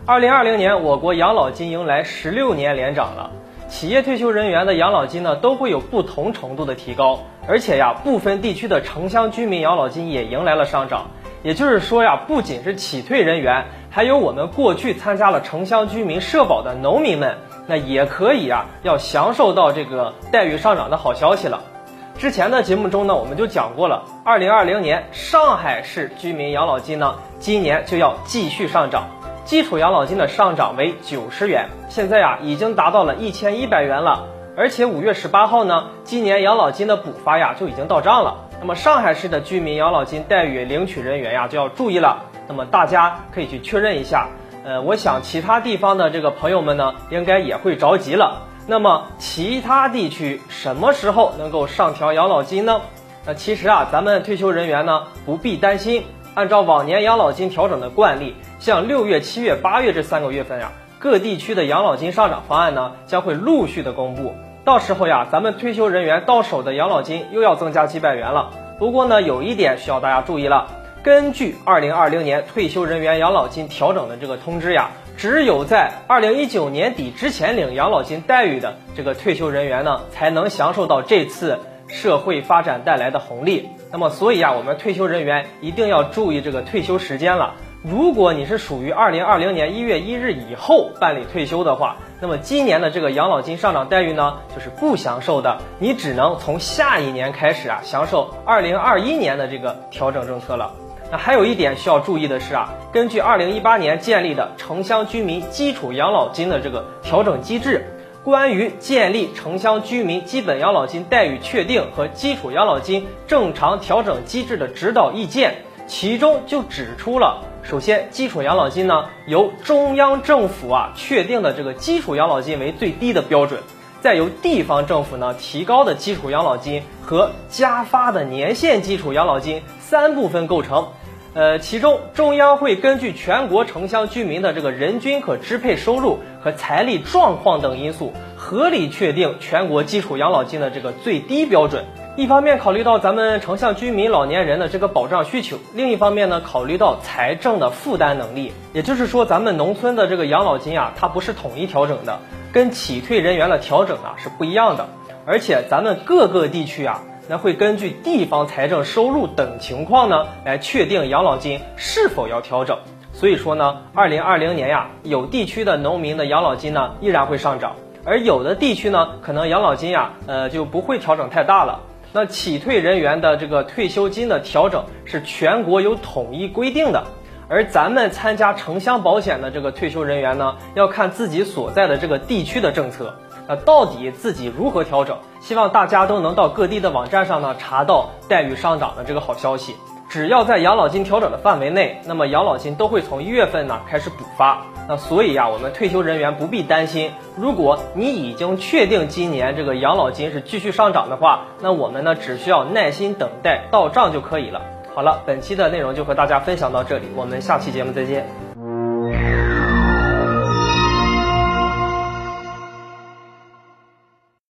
2020年，我国养老金迎来16年连涨了。企业退休人员的养老金呢，都会有不同程度的提高，而且呀，部分地区的城乡居民养老金也迎来了上涨。也就是说呀，不仅是企退人员，还有我们过去参加了城乡居民社保的农民们，那也可以要享受到这个待遇上涨的好消息了。之前的节目中呢，我们就讲过了，2020年上海市居民养老金呢，今年就要继续上涨。基础养老金的上涨为90元，现在已经达到了1100元了。而且5月18号呢，今年养老金的补发就已经到账了。那么上海市的居民养老金待遇领取人员就要注意了。那么大家可以去确认一下。我想其他地方的这个朋友们呢，应该也会着急了。那么其他地区什么时候能够上调养老金呢？其实咱们退休人员呢不必担心。按照往年养老金调整的惯例，像6月、7月、8月这3个月份各地区的养老金上涨方案呢将会陆续的公布。到时候咱们退休人员到手的养老金又要增加几百元了。不过呢，有一点需要大家注意了，根据2020年退休人员养老金调整的这个通知只有在2019年底之前领养老金待遇的这个退休人员呢，才能享受到这次社会发展带来的红利。那么所以我们退休人员一定要注意这个退休时间了。如果你是属于2020年1月1日以后办理退休的话，那么今年的这个养老金上涨待遇呢，就是不享受的，你只能从下一年开始享受2021年的这个调整政策了。那还有一点需要注意的是根据2018年建立的城乡居民基础养老金的这个调整机制，关于建立城乡居民基本养老金待遇确定和基础养老金正常调整机制的指导意见，其中就指出了，首先基础养老金呢由中央政府确定的这个基础养老金为最低的标准，再由地方政府呢提高的基础养老金和加发的年限基础养老金3部分构成。其中中央会根据全国城乡居民的这个人均可支配收入和财力状况等因素，合理确定全国基础养老金的这个最低标准。一方面考虑到咱们城乡居民老年人的这个保障需求，另一方面呢考虑到财政的负担能力。也就是说，咱们农村的这个养老金它不是统一调整的，跟企退人员的调整是不一样的。而且咱们各个地区那会根据地方财政收入等情况呢，来确定养老金是否要调整。所以说呢，2020年有地区的农民的养老金呢依然会上涨，而有的地区呢，可能养老金就不会调整太大了。那企退人员的这个退休金的调整是全国有统一规定的，而咱们参加城乡保险的这个退休人员呢，要看自己所在的这个地区的政策。到底自己如何调整？希望大家都能到各地的网站上呢查到待遇上涨的这个好消息。只要在养老金调整的范围内，那么养老金都会从1月份呢开始补发。那所以我们退休人员不必担心，如果你已经确定今年这个养老金是继续上涨的话，那我们呢只需要耐心等待到账就可以了。好了，本期的内容就和大家分享到这里，我们下期节目再见。